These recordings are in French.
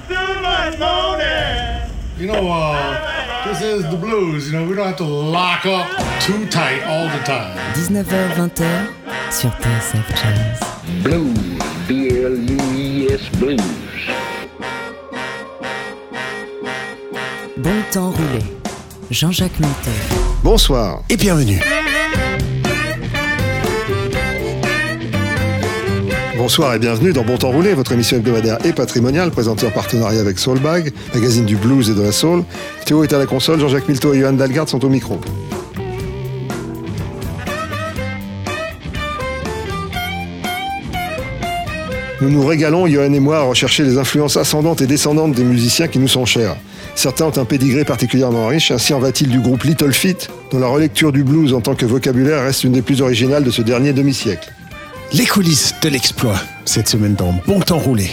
too much moaning. You know, this is the blues. You know, we don't have to lock up too tight all the time. 19h-20h sur TSF Jazz. Blues, B-L-U-E-S, blues. Bon temps roulé. Jean-Jacques Milteau. Bonsoir et bienvenue. Bonsoir et bienvenue dans Bon Temps Roulé, votre émission hebdomadaire et patrimoniale présentée en partenariat avec Soulbag, magazine du blues et de la soul. Théo est à la console, Jean-Jacques Milteau et Johan Dalgarde sont au micro. Nous nous régalons, Johan et moi, à rechercher les influences ascendantes et descendantes des musiciens qui nous sont chers. Certains ont un pédigré particulièrement riche, ainsi en va-t-il du groupe Little Feat, dont la relecture du blues en tant que vocabulaire reste une des plus originales de ce dernier demi-siècle. Les coulisses de l'exploit, cette semaine dans Bon Temps Roulé.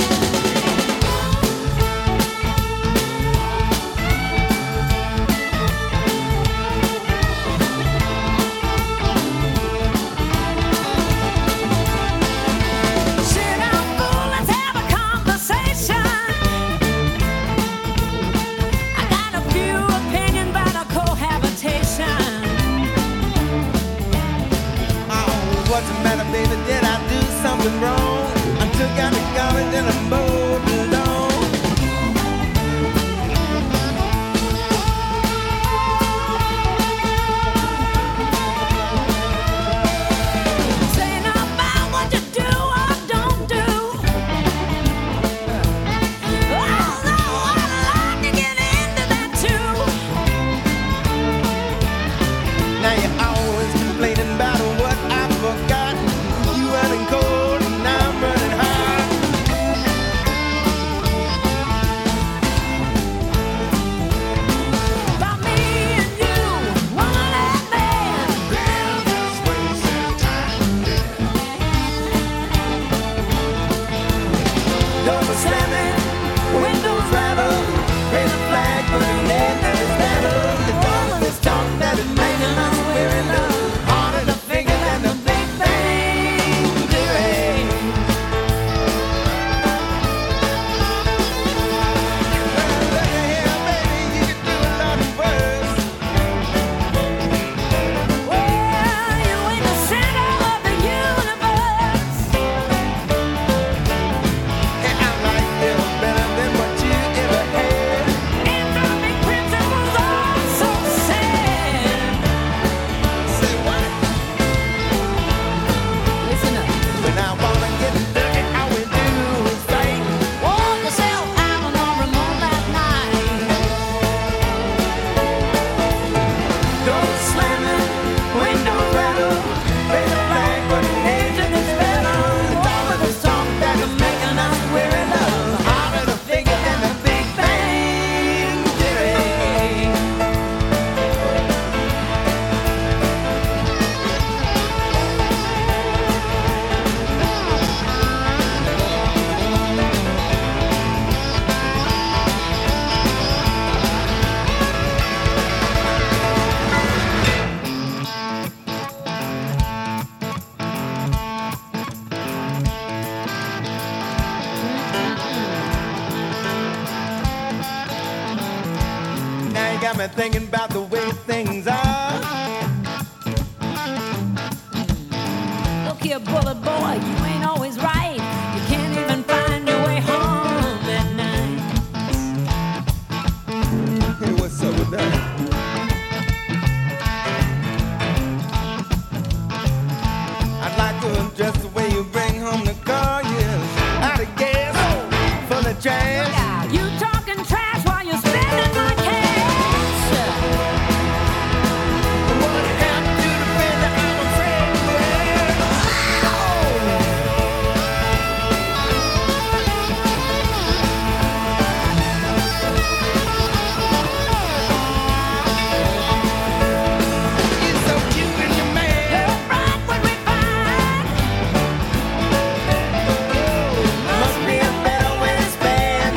Thinking about the way things are. Look here, bullet boy, you ain't always right. You can't even find your way home at night. Hey, what's up with that? I'd like to address the way you bring home the car. Yeah, out of gas, full of trash. Yeah, you talking trash while you're spending my cash. Must be a better way to spend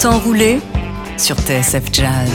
temps roulé sur TSF Jazz.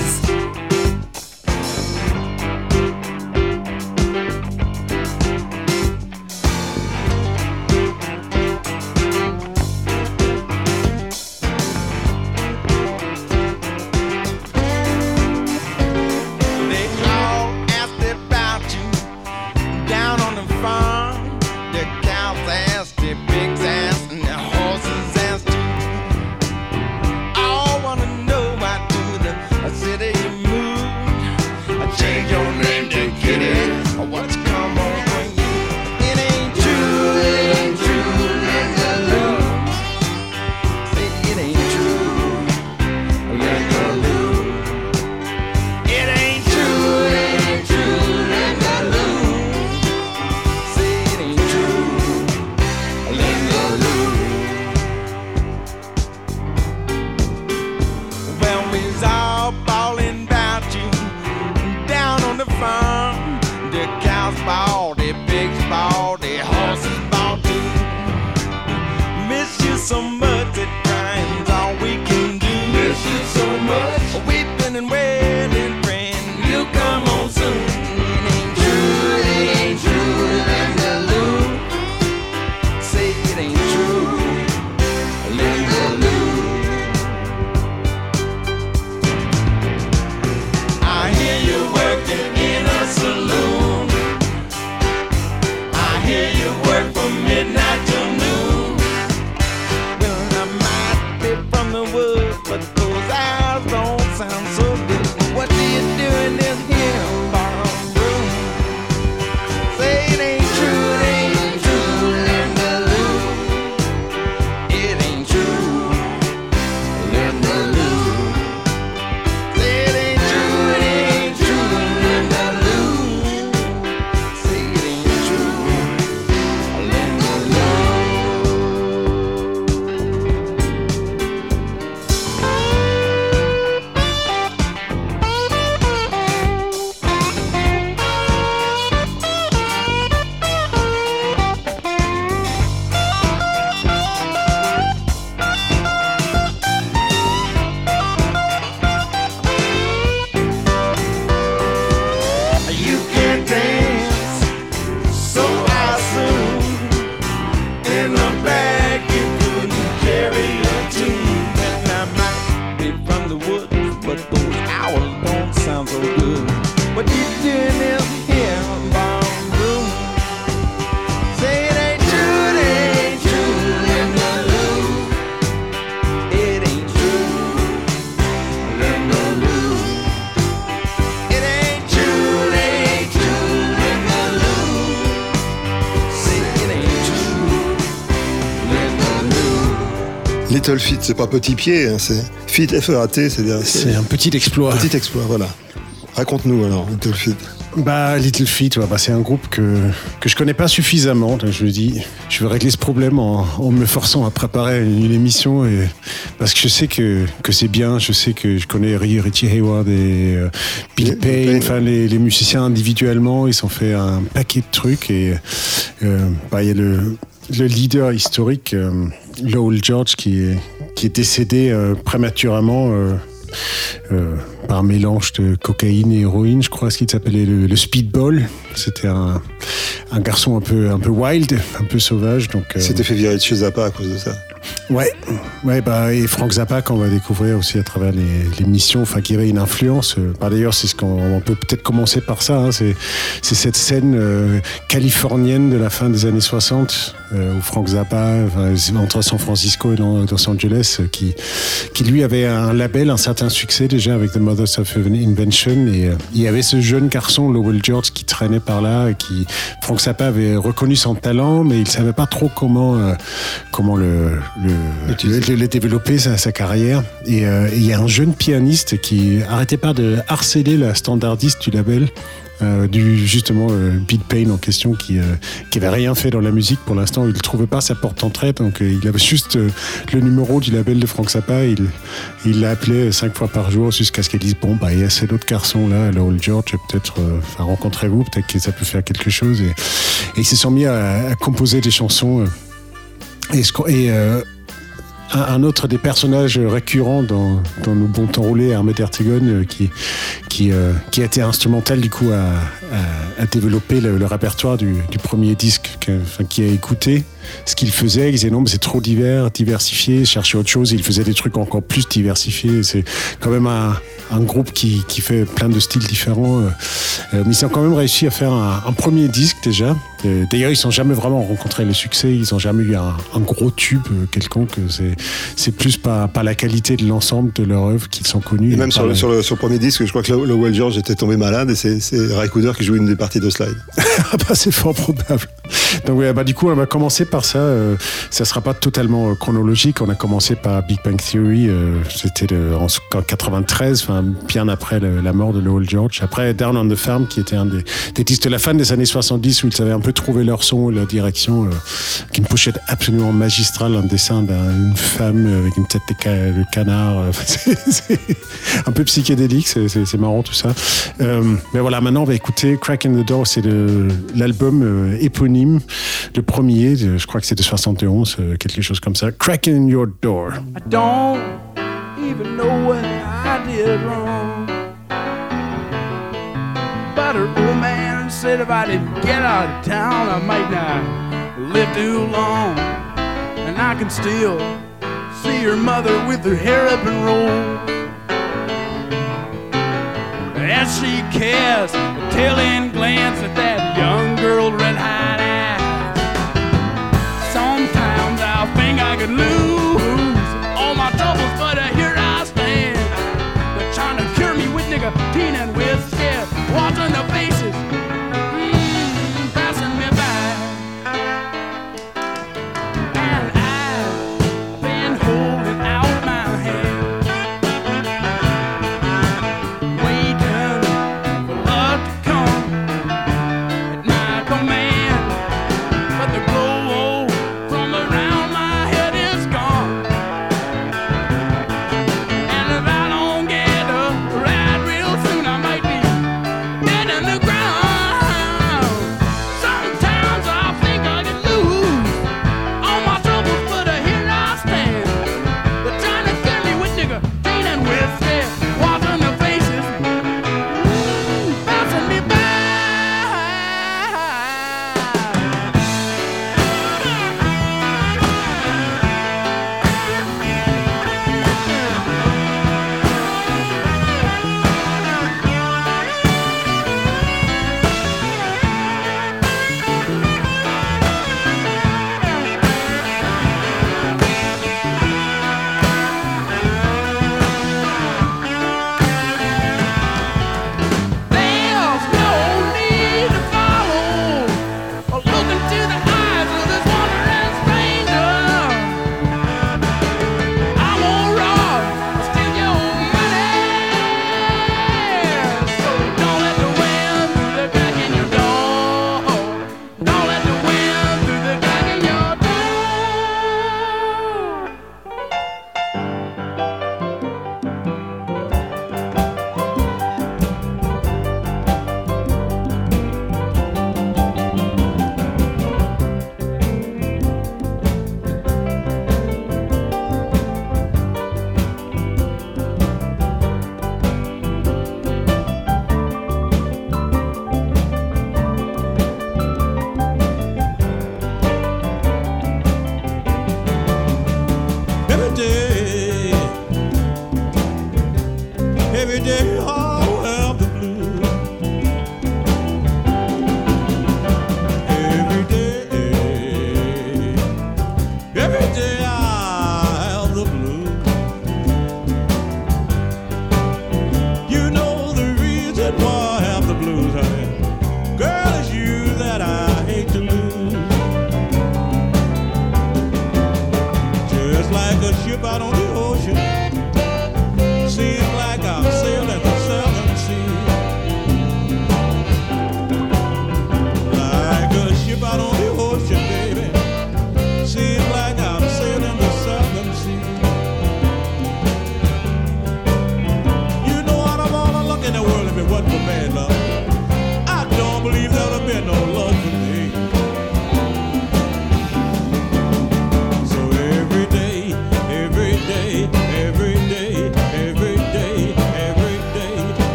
Little Feat, c'est pas petit pied, hein, c'est Feat, F-E-A-T, c'est un petit exploit. Petit exploit, voilà. Raconte-nous alors, Little Feat. Little Feat, c'est un groupe que je connais pas suffisamment. Donc je me dis, je vais régler ce problème en me forçant à préparer une émission, parce que je sais que c'est bien. Je sais que je connais Richie Hayward et Bill Payne, enfin les musiciens individuellement, ils ont fait un paquet de trucs et il y a le leader historique, Lowell George, qui est décédé prématurément par mélange de cocaïne et héroïne, je crois, ce qu'il s'appelait le speedball. C'était un garçon un peu wild, un peu sauvage. Donc s'était fait virer de chez Zappa à cause de ça. Ouais, et Frank Zappa, qu'on va découvrir aussi à travers les missions, qui avait une influence. D'ailleurs, c'est ce qu'on peut peut-être commencer par ça. Hein, c'est cette scène californienne de la fin des années 60 où Frank Zappa, entre San Francisco et Los Angeles, qui lui avait un label, un certain succès déjà avec The Mothers of Invention, et il y avait ce jeune garçon Lowell George qui traînait par là, et Frank Zappa avait reconnu son talent, mais il savait pas trop comment le développer sa carrière. Et il y a un jeune pianiste qui arrêtait pas de harceler la standardiste du label, justement Bill Payne en question, qui avait rien fait dans la musique pour l'instant. Il trouvait pas sa porte d'entrée, donc il avait juste le numéro du label de Frank Zappa. Il l'a appelé 5 fois par jour jusqu'à ce qu'elle dise il y a cet autre garçon là, Lowell George, peut-être rencontrez-vous, peut-être que ça peut faire quelque chose. Et ils se sont mis à composer des chansons. un autre des personnages récurrents dans nos bons temps roulés, Ahmet Ertegun, qui a été instrumental du coup à développer le répertoire du premier disque, qui a écouté ce qu'il faisait. Il disait non, mais c'est trop diversifié, chercher autre chose. Il faisait des trucs encore plus diversifiés. C'est quand même un groupe qui fait plein de styles différents, mais ils ont quand même réussi à faire un premier disque déjà. D'ailleurs, ils n'ont jamais vraiment rencontré le succès, ils n'ont jamais eu un gros tube quelconque. C'est plus par la qualité de l'ensemble de leur œuvre qu'ils sont connus. Et même sur le premier disque, je crois que Lowell George était tombé malade et c'est Ray Cooder qui joue une des parties de Slide. C'est fort probable. Donc ouais, du coup, on va commencer par ça. Ça sera pas totalement chronologique. On a commencé par Big Bang Theory. C'était en 93, bien après la mort de Lowell George. Après Down on the Farm, qui était un des disques de la fin des années 70 où ils avaient un peu trouvé leur son et leur direction, qui une pochette absolument magistrale, un dessin d'une femme avec une tête de canard. C'est un peu psychédélique. C'est marrant tout ça. Mais voilà, maintenant on va écouter Crack in the Door. C'est l'album éponyme, le premier, je crois que c'est de 71, quelque chose comme ça. Crack in Your Door. I don't even know what I did wrong, but her old man said if I didn't get out of town I might not live too long. And I can still see her mother with her hair up and rolled as she casts a tail-end glance at that young girl red-eyed eyes. Sometimes I think I could lose all my troubles, but here I stand. They're trying to cure me with nicotine and whiskey, watching the faces passing me by. And I've been holding out my hand, waiting for love to come.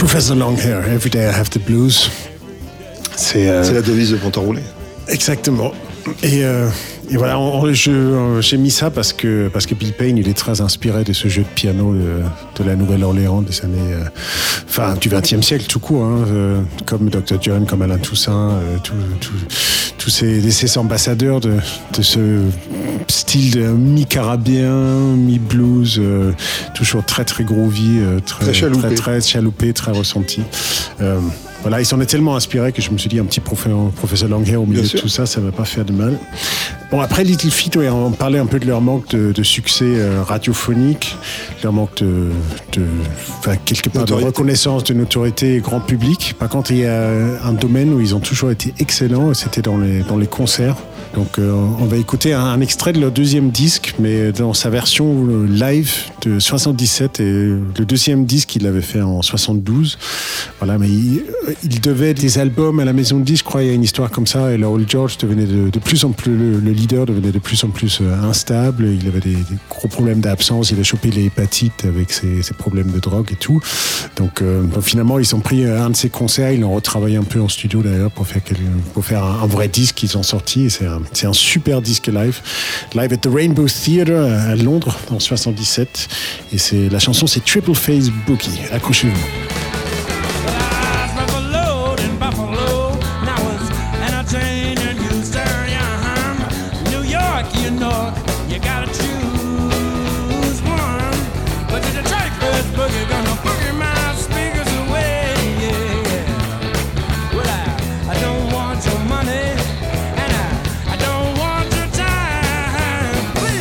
Professor Longhair, Every Day I Have the Blues. C'est la devise de Pontarroulet. Exactement. Et voilà, j'ai mis ça parce que Bill Payne, il est très inspiré de ce jeu de piano de la Nouvelle-Orléans des années, du XXe siècle tout court, comme Dr. John, comme Alain Toussaint, tous ces ambassadeurs de ce style de mi-carabien, mi-blues, toujours très très groovy, très chaloupé, très ressenti. Voilà, il s'en est tellement inspiré que je me suis dit un petit professeur Longhair au milieu de tout ça, ça va pas faire de mal. Bon, après Little Feat, on parlait un peu de leur manque de succès radiophonique, leur manque quelque part de reconnaissance, de notoriété grand public. Par contre, il y a un domaine où ils ont toujours été excellents, et c'était dans les concerts. Donc on va écouter un extrait de leur deuxième disque, mais dans sa version live de 77, et le deuxième disque il l'avait fait en 72. Voilà, mais il devait des albums à la maison de disques, je crois, il y a une histoire comme ça, et Lowell George devenait de plus en plus, le leader devenait de plus en plus instable, il avait des gros problèmes d'absence, il a chopé les hépatites avec ses problèmes de drogue et tout. Donc finalement ils ont pris un de ses concerts, ils l'ont retravaillé un peu en studio d'ailleurs pour faire un vrai disque qu'ils ont sorti, et c'est un super disque live at the Rainbow Theatre à Londres en 77, et la chanson c'est Triple Phase Boogie. Accrochez-vous.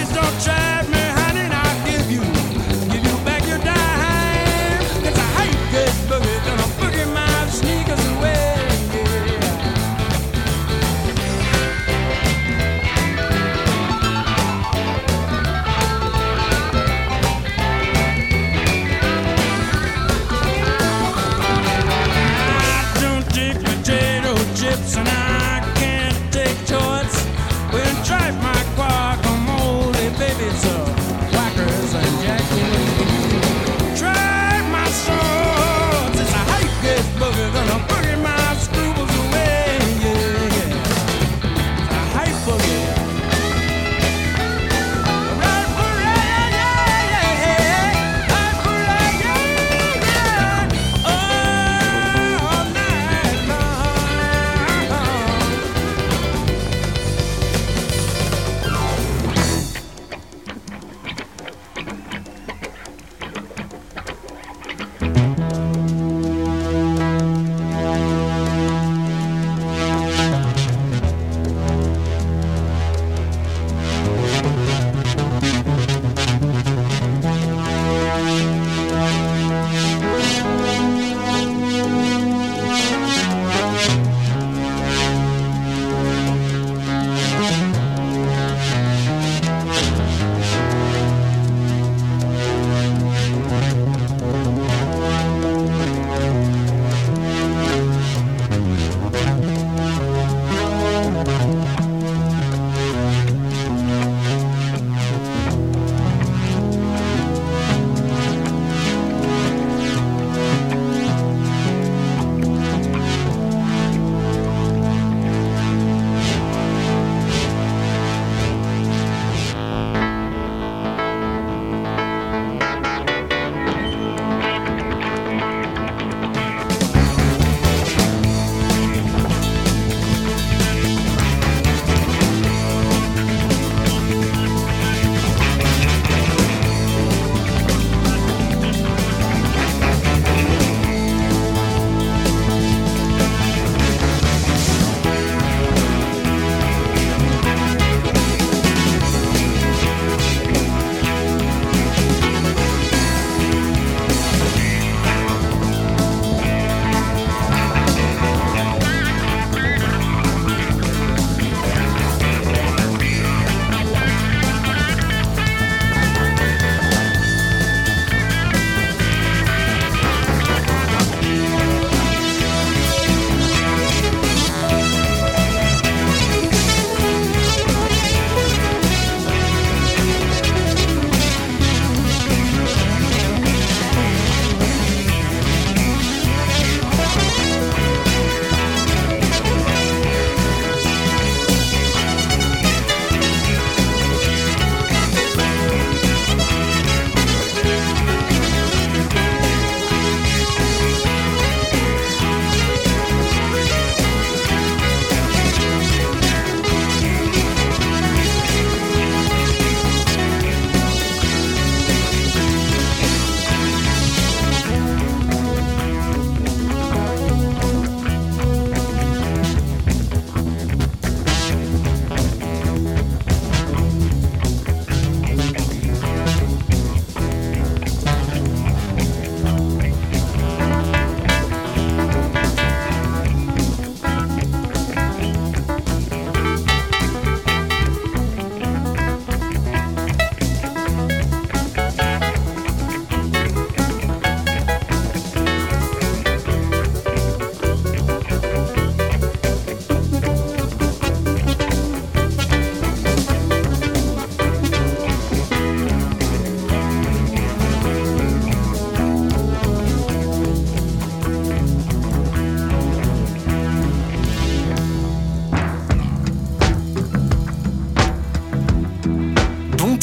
Give you back your dime. 'Cause I hate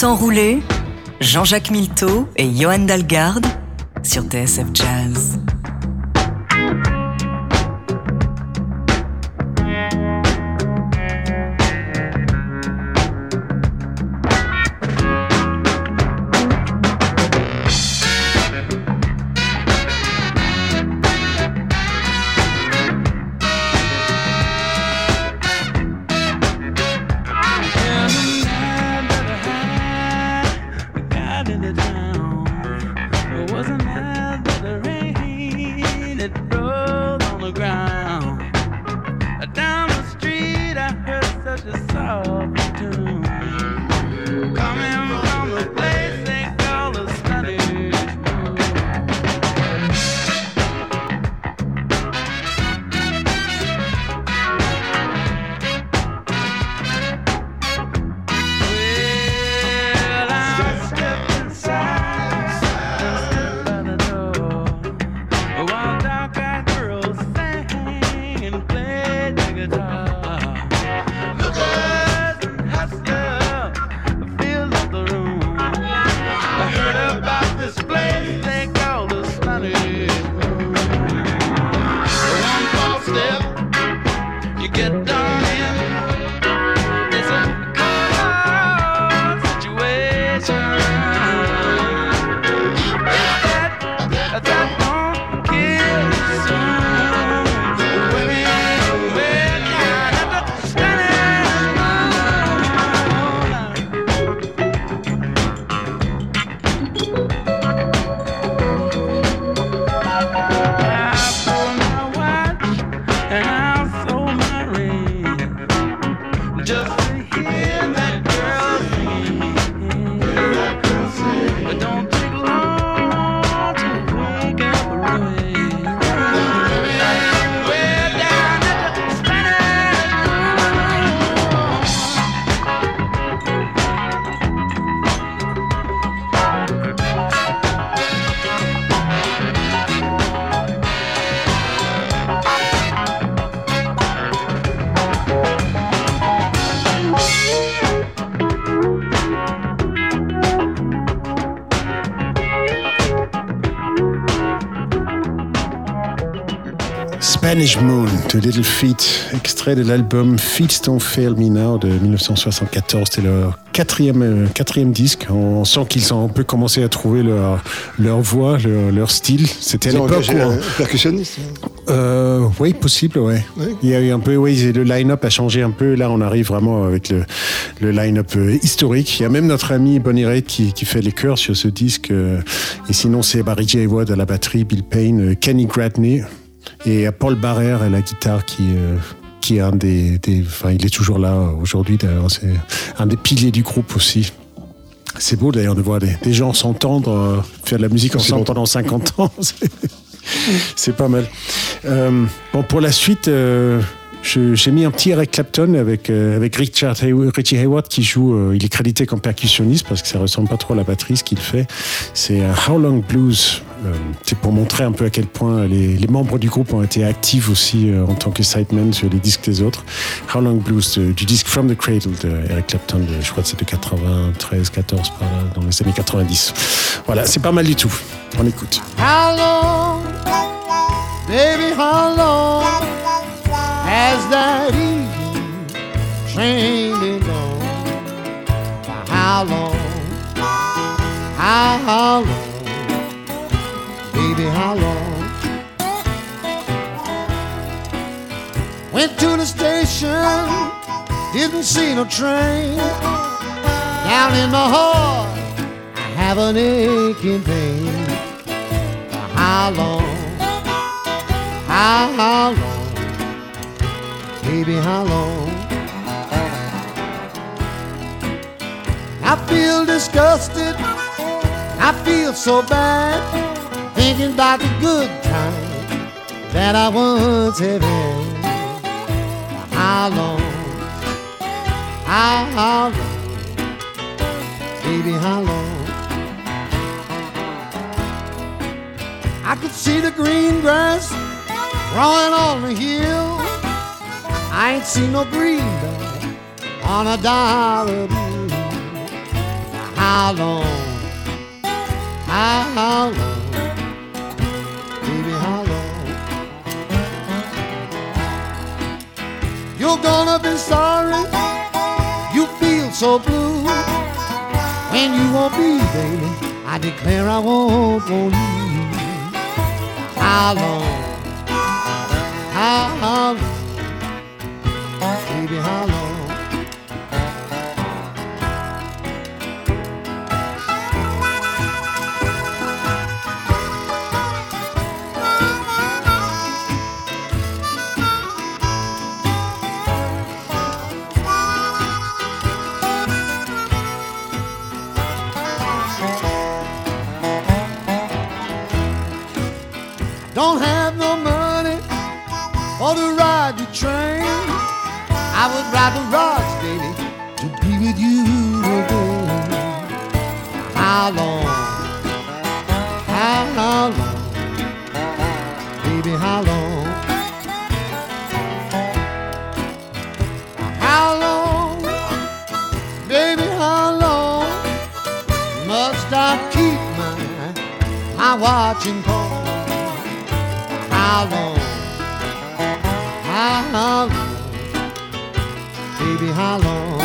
enroulé, Jean-Jacques Milteau et Johan Dalgarde sur TSF Jazz. Spanish Moon de Little Feat, extrait de l'album Feet Don't Fail Me Now de 1974. C'était leur quatrième disque. On sent qu'ils ont un peu commencé à trouver leur voix, leur style. C'était à l'époque où... un percussionniste. Oui, possible, ouais. Oui. Il y a eu un peu, oui, le line-up a changé un peu. Là, on arrive vraiment avec le line-up historique. Il y a même notre ami Bonnie Raitt qui fait les chœurs sur ce disque. Et sinon, c'est J. Hayward à la batterie, Bill Payne, Kenny Gradney. Et Paul Barrère à la guitare qui est un des enfin, il est toujours là aujourd'hui d'ailleurs, c'est un des piliers du groupe aussi. C'est beau d'ailleurs de voir des gens s'entendre, faire de la musique ensemble pendant 50 ans. C'est pas mal. Bon, pour la suite, j'ai mis un petit Eric Clapton avec Richie Hayward qui joue, il est crédité comme percussionniste parce que ça ressemble pas trop à la batterie ce qu'il fait. C'est How Long Blues. C'est pour montrer un peu à quel point les membres du groupe ont été actifs aussi en tant que sidemen sur les disques des autres. How Long Blues du disque From the Cradle de Eric Clapton, je crois que c'est de 93, 14 par là, dans les années 90. Voilà, c'est pas mal du tout. On écoute. How long, baby, how long has that evening train been gone? How long, how long, baby, how long? Went to the station, didn't see no train. Down in my heart, I have an aching pain. How long, how long, baby, how long? I feel disgusted, I feel so bad, thinking about the good times that I once have had. How long, how long, baby, how long? I could see the green grass growing on the hill. I ain't seen no greenback on a dollar bill. How long? How long? Baby, how long? You're gonna be sorry. You feel so blue when you won't be, baby. I declare I won't want you. How long? How long? Baby, how long? Don't have no money for to ride the train. I would ride the rods, baby, to be with you again. How long? How long? Baby, how long? How long? Baby, how long must I keep my watching call? How long? How long? Baby, how long?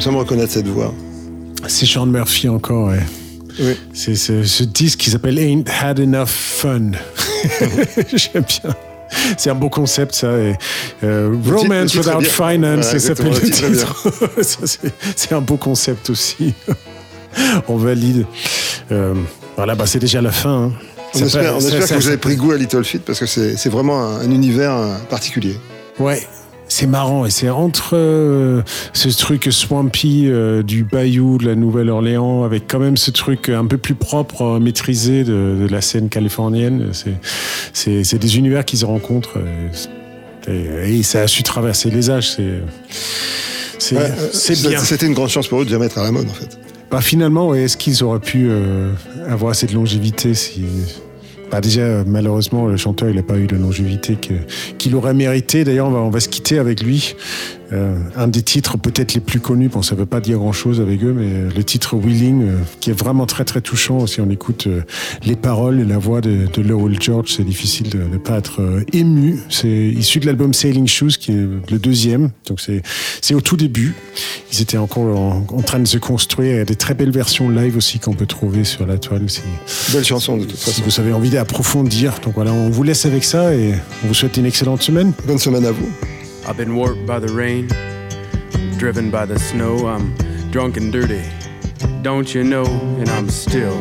absolument reconnaître cette voix. C'est Sean Murphy encore, ouais. Oui. C'est ce disque qui s'appelle Ain't Had Enough Fun. J'aime bien. C'est un beau concept, ça. Et, Romance Without Finance, ça s'appelle le titre. Ça, c'est un beau concept aussi. On valide. Voilà, c'est déjà la fin. Hein. On espère que vous avez pris goût à Little Feat parce que c'est vraiment un univers particulier. Ouais. C'est marrant et c'est entre ce truc swampy du bayou de la Nouvelle-Orléans avec quand même ce truc un peu plus propre, maîtrisé de la scène californienne. C'est des univers qui se rencontrent et ça a su traverser les âges. C'est bien. C'était une grande chance pour eux de jamais être à la mode en fait. Finalement, est-ce qu'ils auraient pu avoir cette longévité si... déjà, malheureusement, le chanteur, il n'a pas eu la longévité qu'il aurait mérité. D'ailleurs, on va se quitter avec lui. Un des titres peut-être les plus connus, bon, ça ne veut pas dire grand-chose avec eux, mais le titre Wheeling, qui est vraiment très très touchant. Si on écoute les paroles et la voix de Lowell George, c'est difficile de ne pas être ému. C'est issu de l'album Sailing Shoes, qui est le deuxième. Donc c'est au tout début. Ils étaient encore en train de se construire. Il y a des très belles versions live aussi qu'on peut trouver sur la toile. Belle chanson de toute façon. Si vous avez envie d'approfondir. Donc voilà, on vous laisse avec ça et on vous souhaite une excellente semaine. Bonne semaine à vous. I've been warped by the rain, driven by the snow. I'm drunk and dirty, don't you know? And I'm still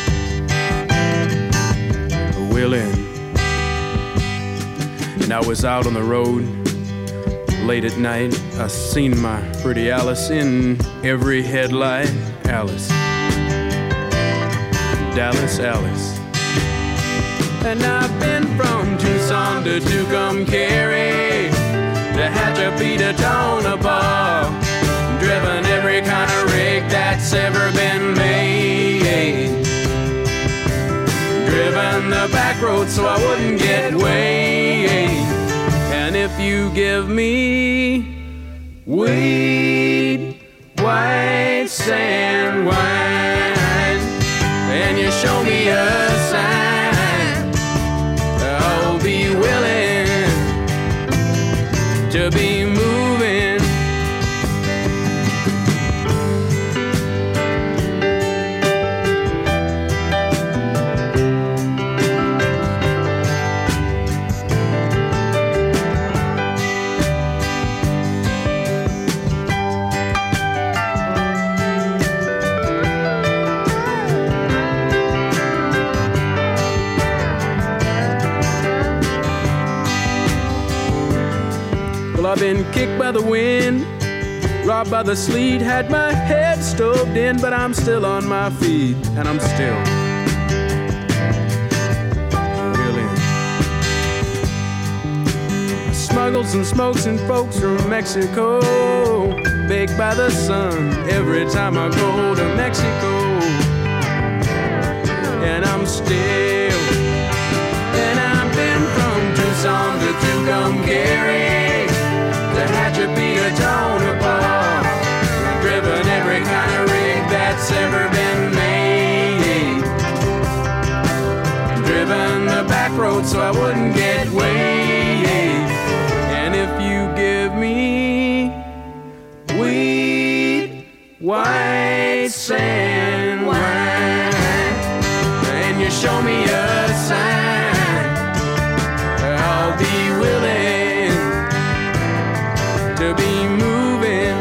willing. And I was out on the road late at night. I seen my pretty Alice in every headlight. Alice, Dallas, Alice. And I've been from Tucson to Tucumcari, to Hatchapee to Tonopah, driven every kind of rig that's ever been made, driven the back road so I wouldn't get weighed. And if you give me weed, white sand wine, and you show me a sign, I'll be willing to be moving. I've been kicked by the wind, robbed by the sleet, had my head stoved in, but I'm still on my feet, and I'm still reeling. I smuggled some smokes and folks from Mexico, baked by the sun every time I go to Mexico, and I'm still, and I've been from Tucson to Tucumcari, to Hatchapee to Tonopah, driven every kind of rig that's ever been made, driven the back road so I wouldn't get weighed. And if you give me weed, white sand wine, and you show me a sign, I'll be willing to be moving.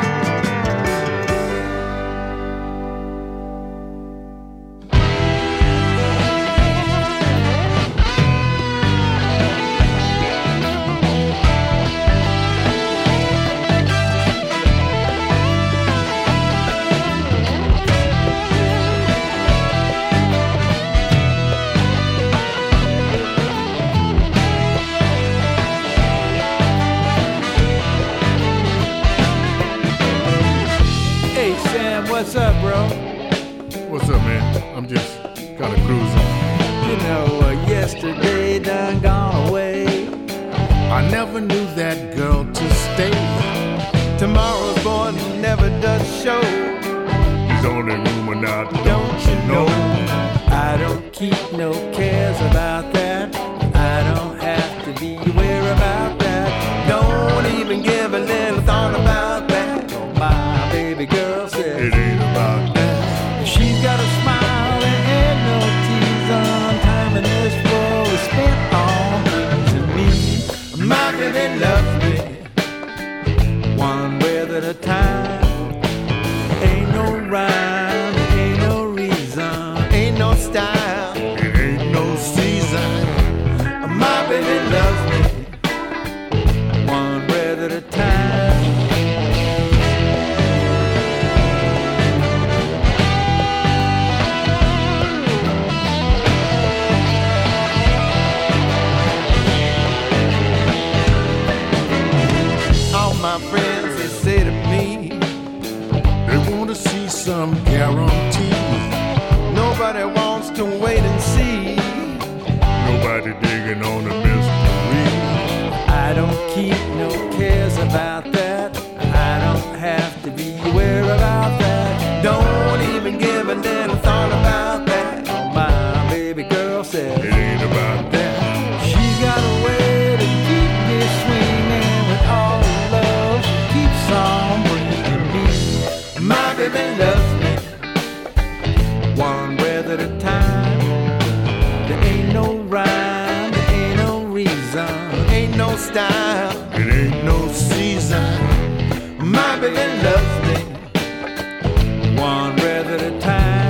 What's up, bro? What's up, man? I'm just kind of cruising. You know, yesterday done gone away. I never knew that girl to stay. Tomorrow's born never does show. He's only rumor now, Don't you know? I don't keep no cares about that. I don't have to be aware about that. Don't even give a little thought about that. Oh, my baby. guarantee. Nobody wants to wait and see. Nobody digging on the mystery. I don't keep no cares about that. I don't have to be aware about that. Don't even give a little thought about that. Oh, my baby girl said it ain't about that. She's got a way to keep me swinging with all the love. She keeps on bringing me. My baby loves me, one breath at a time. There ain't no rhyme, there ain't no reason, ain't no style, it ain't no season. My baby loves me, one breath at a time.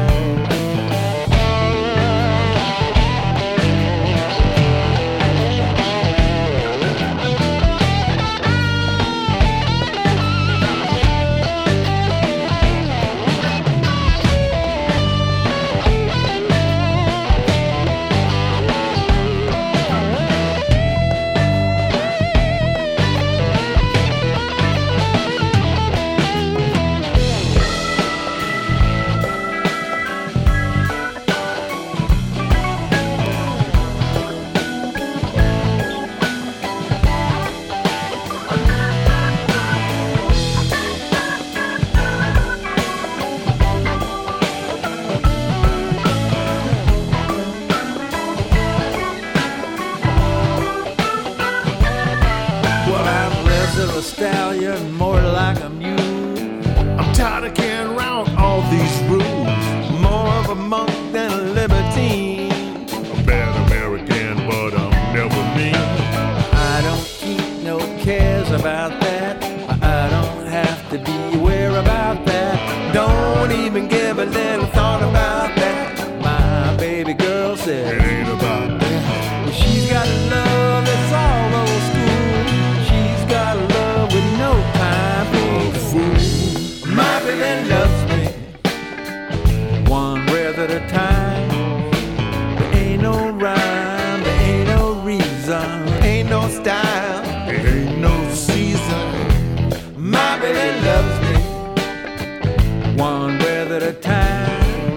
A stallion, more like a mule. I'm tired of carrying around all these rules. More of a monk than a libertine. A bad American, but I'm never mean. I don't keep no cares about that. I don't have to be aware about that. Don't even give a little thought about that. My baby girl said it ain't about that. Well, she's got love that's all old school. She's got love with no time for a fool. My baby loves me, one breath at a time. There ain't no rhyme, there ain't no reason, ain't no style, it ain't no season. My baby loves me, one breath at a time.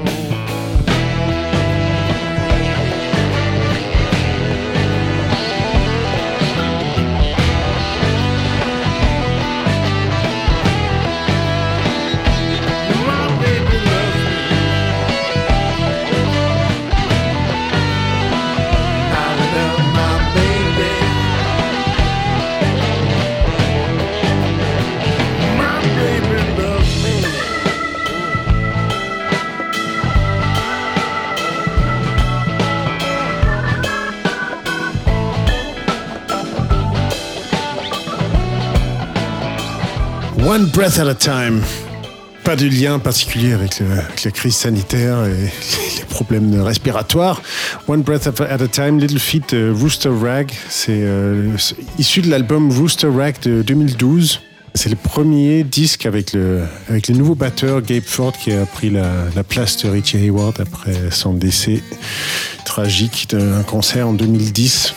One breath at a time. Pas de lien particulier avec la crise sanitaire et les problèmes respiratoires. One breath at a time, Little Feat, Rooster Rag. C'est issu de l'album Rooster Rag de 2012. C'est le premier disque avec le nouveau batteur Gabe Ford qui a pris la place de Richie Hayward après son décès tragique d'un cancer en 2010.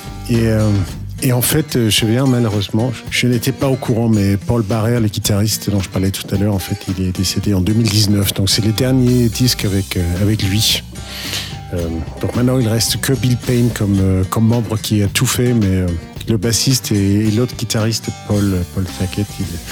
Et en fait, je viens malheureusement, je n'étais pas au courant, mais Paul Barrère, le guitariste dont je parlais tout à l'heure, en fait, il est décédé en 2019. Donc c'est les derniers disques avec lui. Donc maintenant, il reste que Bill Payne comme membre qui a tout fait, mais le bassiste et l'autre guitariste, Paul Sackett,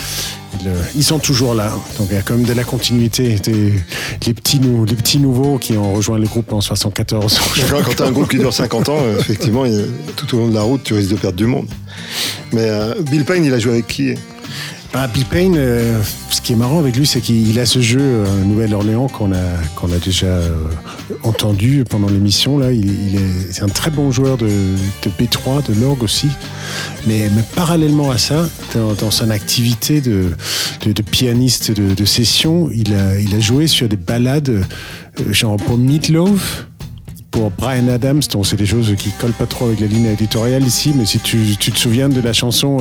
ils sont toujours là. Donc il y a quand même de la continuité. Les petits nouveaux qui ont rejoint le groupe en 74. Quand tu as un groupe qui dure 50 ans, effectivement, tout au long de la route, tu risques de perdre du monde. Mais Bill Payne, il a joué avec qui ? Bill Payne, ce qui est marrant avec lui, c'est qu'il a ce jeu Nouvelle-Orléans qu'on a déjà entendu pendant l'émission. Là, c'est un très bon joueur de B3, de l'orgue aussi. Mais parallèlement à ça, dans son activité de pianiste de session, il a joué sur des ballades genre pour Meatloaf, pour Bryan Adams, donc c'est des choses qui collent pas trop avec la ligne éditoriale ici, mais si tu te souviens de la chanson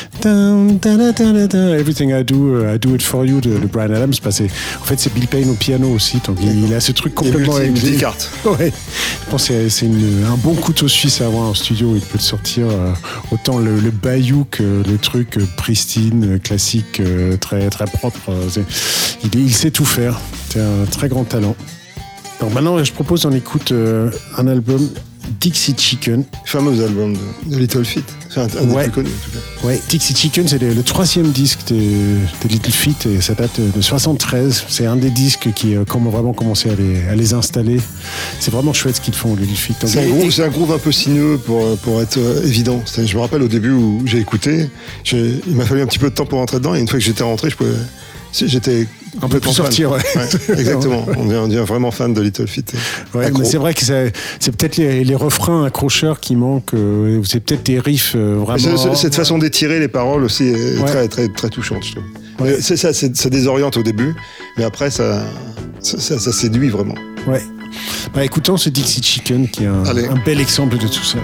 Everything I Do It For You de Bryan Adams, en fait c'est Bill Payne au piano aussi, donc il a ce truc complètement avec des cartes. Ouais. Je pense que c'est un bon couteau suisse à avoir en studio, il peut te sortir autant le bayou que le truc pristine, classique, très, très propre. Il sait tout faire. C'était un très grand talent. Donc maintenant, je propose qu'on écoute un album Dixie Chicken. Fameux album de Little Feat. C'est un des plus connus en tout cas. Ouais, Dixie Chicken, c'est le 3e disque de Little Feat et ça date de 73. C'est un des disques qui a vraiment commencé à les installer. C'est vraiment chouette ce qu'ils font, Little Feat. C'est un groove un peu sinueux pour être évident. Je me rappelle au début où j'ai écouté, il m'a fallu un petit peu de temps pour rentrer dedans et une fois que j'étais rentré, j'étais un peu plus sortir, ouais. Exactement. On devient vraiment fan de Little Feat. Ouais, mais c'est vrai que c'est peut-être les refrains accrocheurs qui manquent. C'est peut-être des riffs vraiment. Cette façon d'étirer les paroles aussi est très, très, très touchante, je trouve. Ouais. Ça désoriente au début, mais après, ça séduit vraiment. Ouais. Bah, écoutons ce Dixie Chicken qui est un bel exemple de tout ça.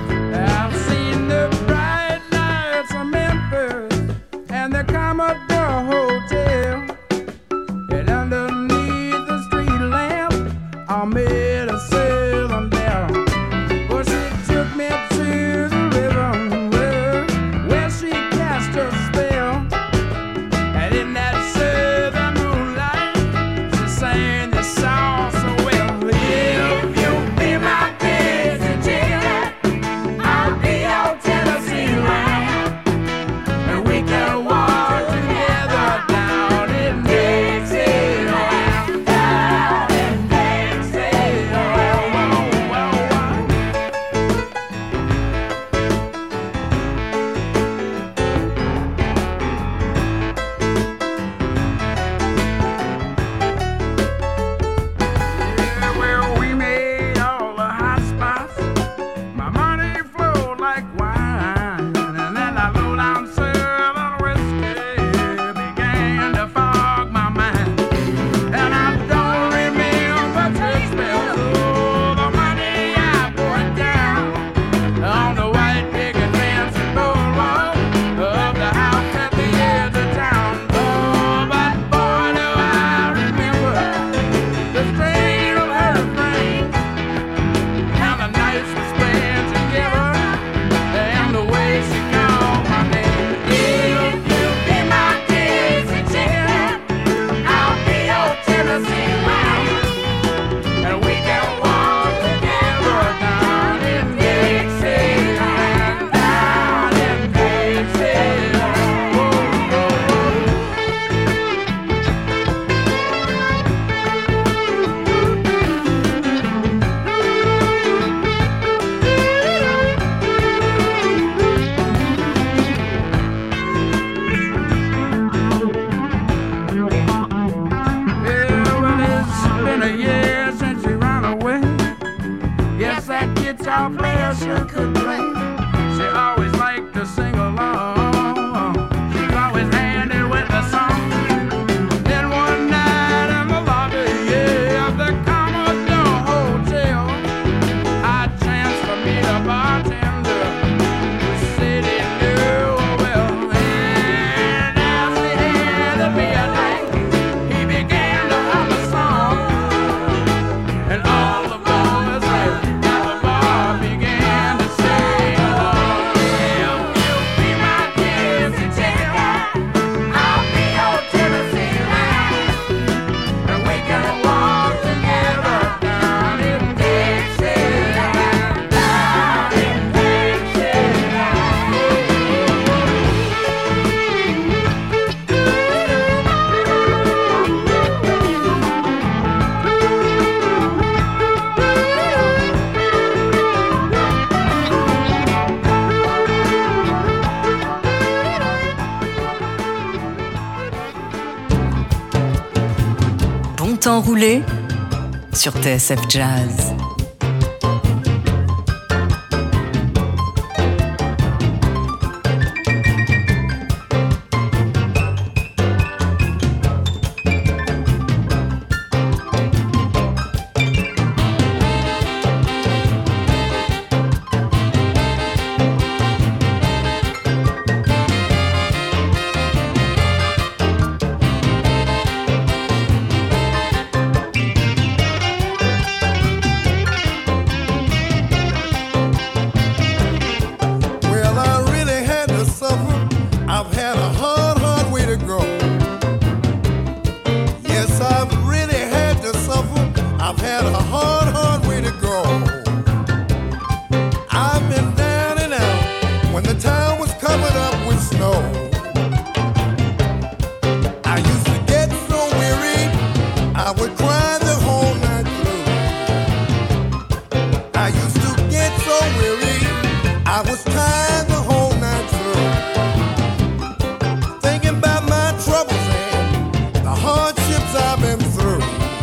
Enroulé sur TSF Jazz. I've had a hard, hard way to go. I've been down and out when the town was covered up with snow. I used to get so weary, I would cry the whole night through. I used to get so weary, I was tired the whole night through. Thinking about my troubles and the hardships I've been through.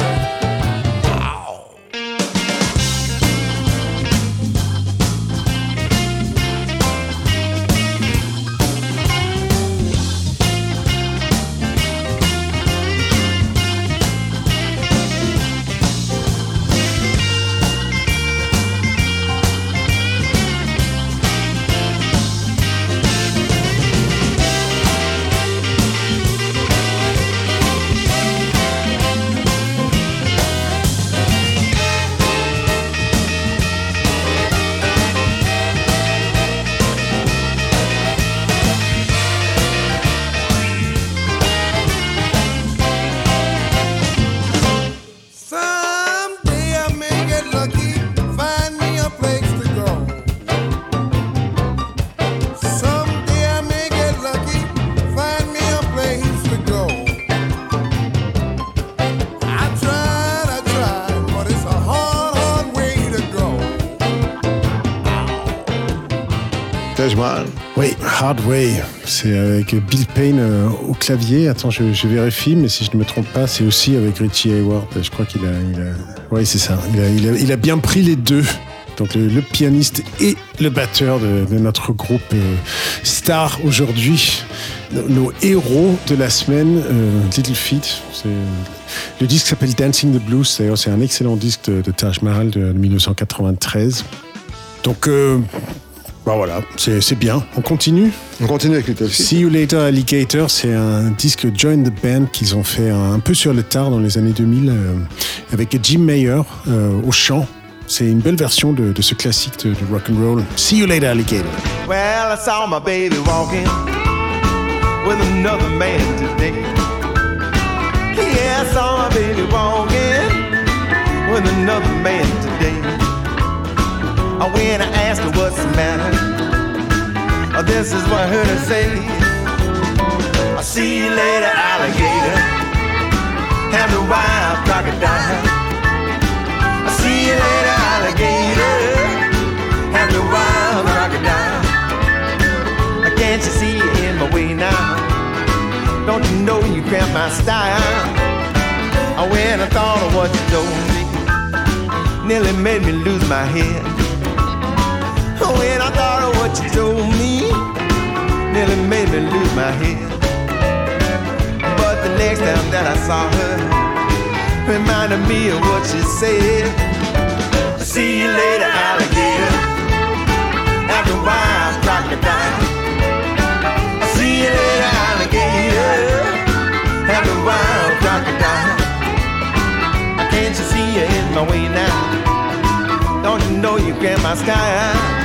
Oui, Hard Way, c'est avec Bill Payne au clavier. Attends, je vérifie, mais si je ne me trompe pas, c'est aussi avec Richie Hayward. Je crois qu'il a... Oui, c'est ça. Il a bien pris les deux. Donc le pianiste et le batteur de notre groupe star aujourd'hui. Nos héros de la semaine, Little Feat. Le disque s'appelle Dancing the Blues. D'ailleurs, c'est un excellent disque de Taj Mahal de 1993. Donc... voilà, c'est bien. On continue ? On continue avec Little Feat. See You Later Alligator, c'est un disque Join the Band qu'ils ont fait un peu sur le tard dans les années 2000 avec Jim Mayer au chant. C'est une belle version de ce classique de rock and roll. See You Later Alligator. Well, I saw my baby walking with another man today. Yeah, I saw my baby walking with another man today. When I asked her what's the matter, this is what I heard her say. I'll see you later, alligator, and the wild crocodile. I'll see you later, alligator, and the wild crocodile. Can't you see you in my way now? Don't you know you cramp my style? When I thought of what you told me, nearly made me lose my head. When I thought of what you told me, nearly made me lose my head. But the next time that I saw her, reminded me of what she said. See you later, alligator, and the wild crocodile. See you later, alligator, and the wild crocodile. Can't you see you in my way now? Don't you know you grab my sky?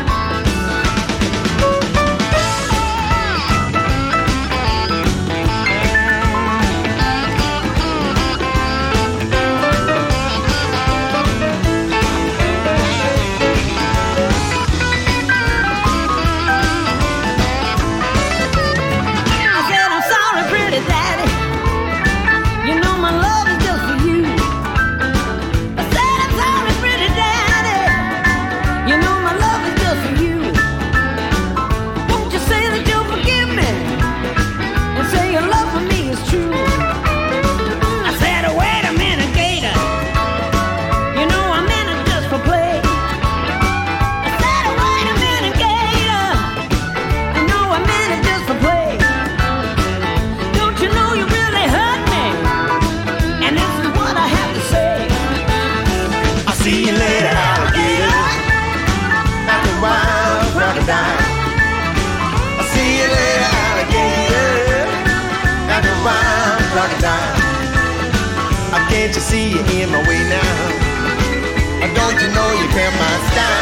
Can't you see you in my way now? Don't you know you cramp my style?